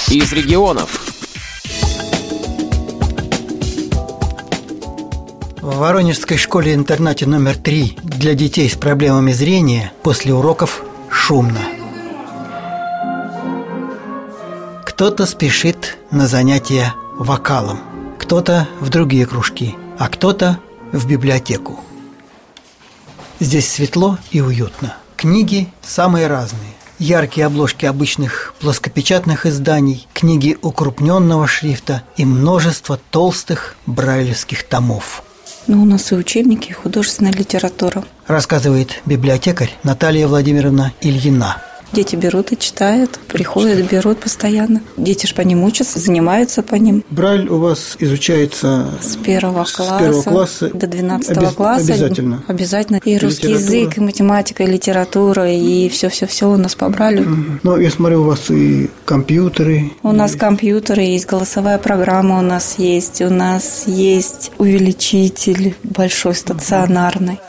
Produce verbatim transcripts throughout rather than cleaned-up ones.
из регионов. В Воронежской школе-интернате номер три для детей с проблемами зрения после уроков шумно. Кто-то спешит на занятия вокалом, кто-то в другие кружки, а кто-то в библиотеку. Здесь светло и уютно. Книги самые разные. Яркие обложки обычных плоскопечатных изданий, книги укрупненного шрифта и множество толстых брайлевских томов. Ну, у нас и учебники, и художественная литература. Рассказывает библиотекарь Наталья Владимировна Ильина. Дети берут и читают, приходят, берут постоянно. Дети ж по ним учатся, занимаются по ним. Брайль у вас изучается с первого класса, с первого класса до двенадцатого обез... класса. Обязательно. Обязательно. И, и русский литература. Язык, и математика, и литература, и все-все-все у нас по Брайлю. Mm-hmm. Ну, я смотрю, у вас и компьютеры. У нас компьютеры есть, голосовая программа у нас есть, у нас есть увеличитель большой, стационарный.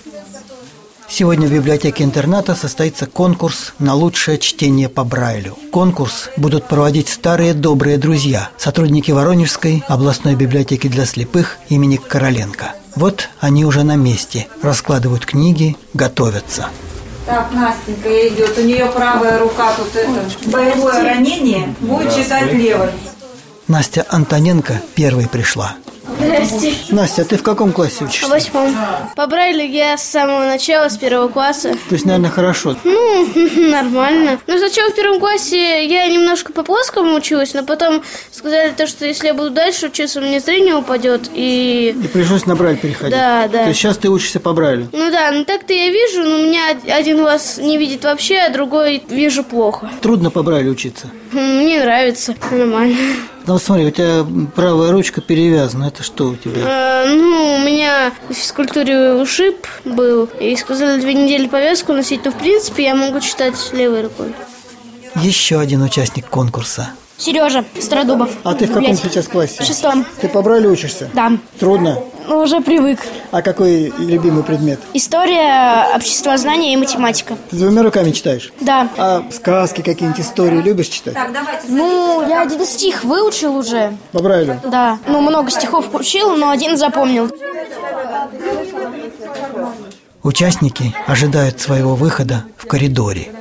Сегодня в библиотеке интерната состоится конкурс на лучшее чтение по Брайлю. Конкурс будут проводить старые добрые друзья, сотрудники Воронежской областной библиотеки для слепых имени Короленко. Вот они уже на месте, раскладывают книги, готовятся. Так, Настенька идет, у нее правая рука тут это, боевое ранение, будет читать левой. Настя Антоненко первой пришла. Здрасте. Настя, ты в каком классе учишься? В восьмом. По Брайлю я с самого начала, с первого класса. То есть, наверное, хорошо. Ну, нормально. Но сначала в первом классе я немножко по плоскому училась, но потом сказали то, что если я буду дальше учиться, мне зрение упадет. И, и пришлось на Брайль переходить. Да, да. То есть сейчас ты учишься по Брайлю? Ну да, ну так-то я вижу, но у меня один глаз не видит вообще, а другой вижу плохо. Трудно по Брайлю учиться? Мне нравится, нормально. Ну, смотри, у тебя правая ручка перевязана. Это что у тебя? А, ну, у меня в физкультуре ушиб был. И сказали две недели повязку носить. Но, в принципе, я могу читать левой рукой. Еще один участник конкурса. Сережа Стародубов. А ты в каком сейчас классе? В шестом. Ты по Брайлю учишься? Да. Трудно? Ну, уже привык. А какой любимый предмет? История, обществознание и математика. Ты двумя руками читаешь? Да. А сказки, какие-нибудь истории любишь читать? Так, давайте. Ну, я один стих выучил уже. По Брайлю? Да. Ну, много стихов учил, но один запомнил. Участники ожидают своего выхода в коридоре.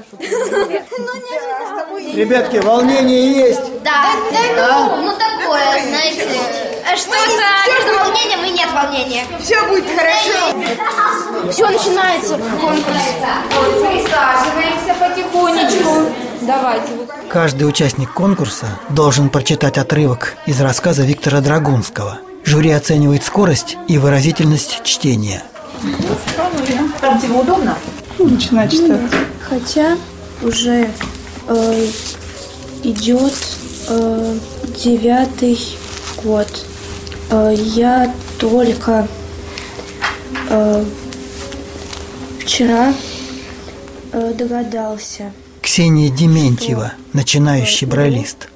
Ребятки, волнение есть? Да, да, ну, ну такое, знаете. Что-то между волнением и нет волнения. Все будет хорошо. Все, начинается конкурс. Присаживаемся потихонечку. Давайте. Каждый участник конкурса должен прочитать отрывок из рассказа Виктора Драгунского. Жюри оценивает скорость и выразительность чтения. Там тебе удобно? Начинать читать. Хотя уже э, идет э, девятый год. Э, я только э, вчера э, догадался. Ксения Дементьева, начинающий брайлист.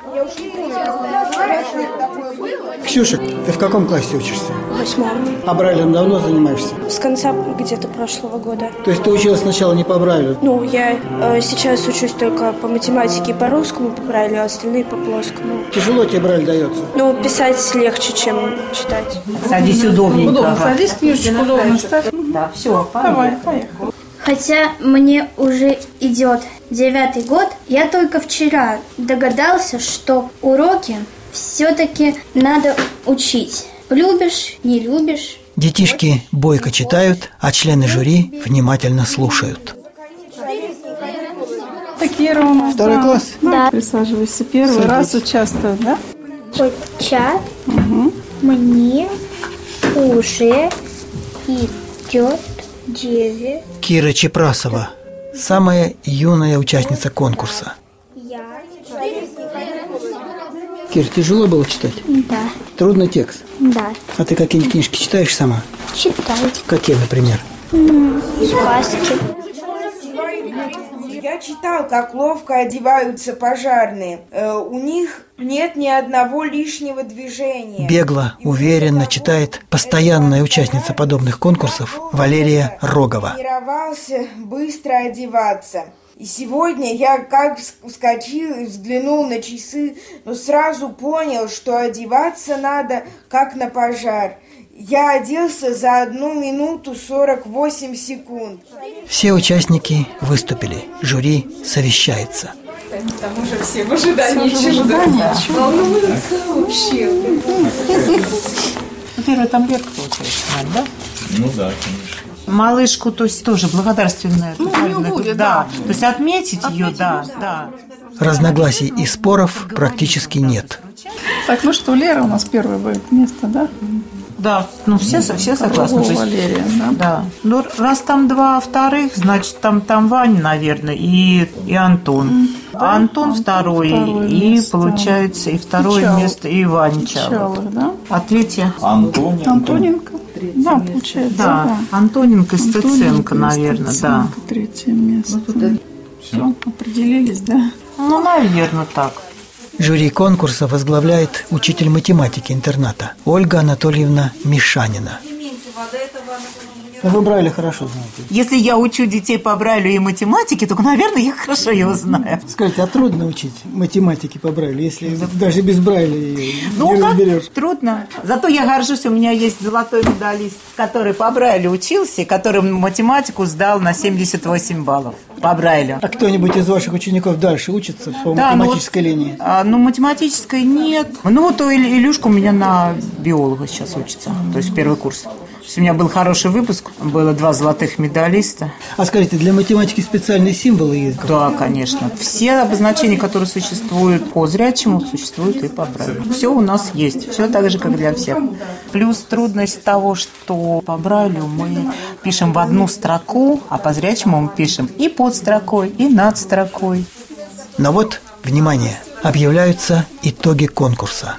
Ксюша, ты в каком классе учишься? В восьмом. А Брайлем давно занимаешься? С конца где-то прошлого года. То есть ты училась сначала не по Брайлю? Ну, я э, сейчас учусь только по математике и по русскому по Брайлю, а остальные по плоскому. Тяжело тебе Брайль дается? Ну, писать легче, чем читать. Садись удобненько. Удобно, садись, книжечку удобно ставь. Да, все, Давай, поехали. Хотя мне уже идет девятый год, я только вчера догадался, что уроки все-таки надо учить. Любишь, не любишь. Детишки бойко читают, а члены жюри внимательно слушают. Такие, Рома. Второй да. класс? Да. Присаживайся. Первый Садись. раз участвует, да? Хотя Угу. мне уже идет девять. Кира Чепрасова, самая юная участница конкурса. Я. Кир, тяжело было читать? Да, Трудный текст? да, А ты какие-нибудь книжки читаешь сама? читаю. Какие, например? Сказки. Я читал, как ловко одеваются пожарные. Э, у них нет ни одного лишнего движения. Бегло, уверенно читает постоянная участница подобных конкурсов Валерия Рогова. Тренировался быстро одеваться. И сегодня я как вскочил и взглянул на часы, но сразу понял, что одеваться надо как на пожар. Я оделся за одну минуту сорок восемь секунд. Все участники выступили. Жюри совещается. Там уже все в ожидании чуда. Волнуются вообще. Первая таблетка, получается, да? Ну да, конечно. Малышку, то есть тоже благодарственная. Ну, у нее будет, да. да. То есть отметить, отметить ее, да, да. Разногласий и споров практически нет. Так, ну что, Лера у нас первое будет место, да? Да, ну все, все согласны. Есть, Валерия, да? Да. Ну, раз там два вторых, значит, там, там Ваня, наверное, и, и Антон. Да? Антон, Антон второй, и место. Получается, и второе Чал. Место, и Ваня Чалых. Да? А третье? Антоненко. Антоненко. Да, получается. Да, да. Антоненко, Стеценко, наверное, да. Третье место. Вот все, определились, да? Ну, наверное, так. Жюри конкурса возглавляет учитель математики интерната Ольга Анатольевна Мишанина. Вы Брайля хорошо знаете. Если я учу детей по Брайлю и математике, то, наверное, я хорошо его знаю. Скажите, а трудно учить математике по Брайлю, если даже без Брайля ее ну, не разберешь? Трудно. Зато я горжусь, у меня есть золотой медалист, который по Брайлю учился, который математику сдал на семьдесят восемь баллов по Брайлю. А кто-нибудь из ваших учеников дальше учится по да, математической ну, линии? А, ну, математической нет. Ну, вот Илюшка у меня на биолога сейчас учится, то есть первый курс. У меня был хороший выпуск, было два золотых медалиста. А скажите, для математики специальные символы есть? Да, конечно. Все обозначения, которые существуют по зрячему, существуют и по Брайлю. Все у нас есть, все так же, как для всех. Плюс трудность того, что по Брайлю мы пишем в одну строку, а по зрячему мы пишем и под строкой, и над строкой. Но вот, внимание, объявляются итоги конкурса.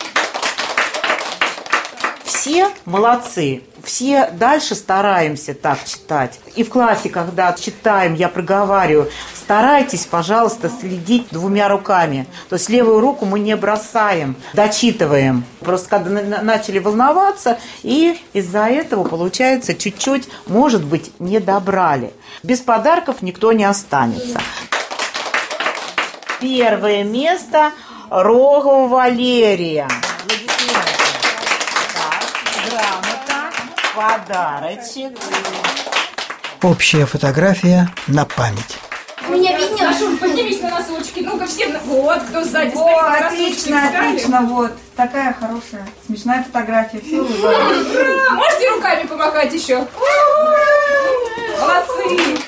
Все молодцы, все дальше стараемся так читать. И в классе, когда читаем, я проговариваю, старайтесь, пожалуйста, следить двумя руками. То есть левую руку мы не бросаем, дочитываем. Просто когда начали волноваться, и из-за этого, получается, чуть-чуть, может быть, не добрали. Без подарков никто не останется. Первое место – Рогова Валерия. Подарочек. Общая фотография на память. Меня видно? Сашуль, поднимись на носочки. Ну-ка, все. Вот, кто сзади О, стоит на отлично, носочки. отлично, вот. Такая хорошая, смешная фотография. Все, ура! Можете руками помахать еще? Молодцы!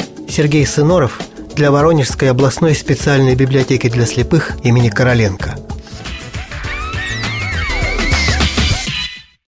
Сергей Сыноров для Воронежской областной специальной библиотеки для слепых имени Короленко.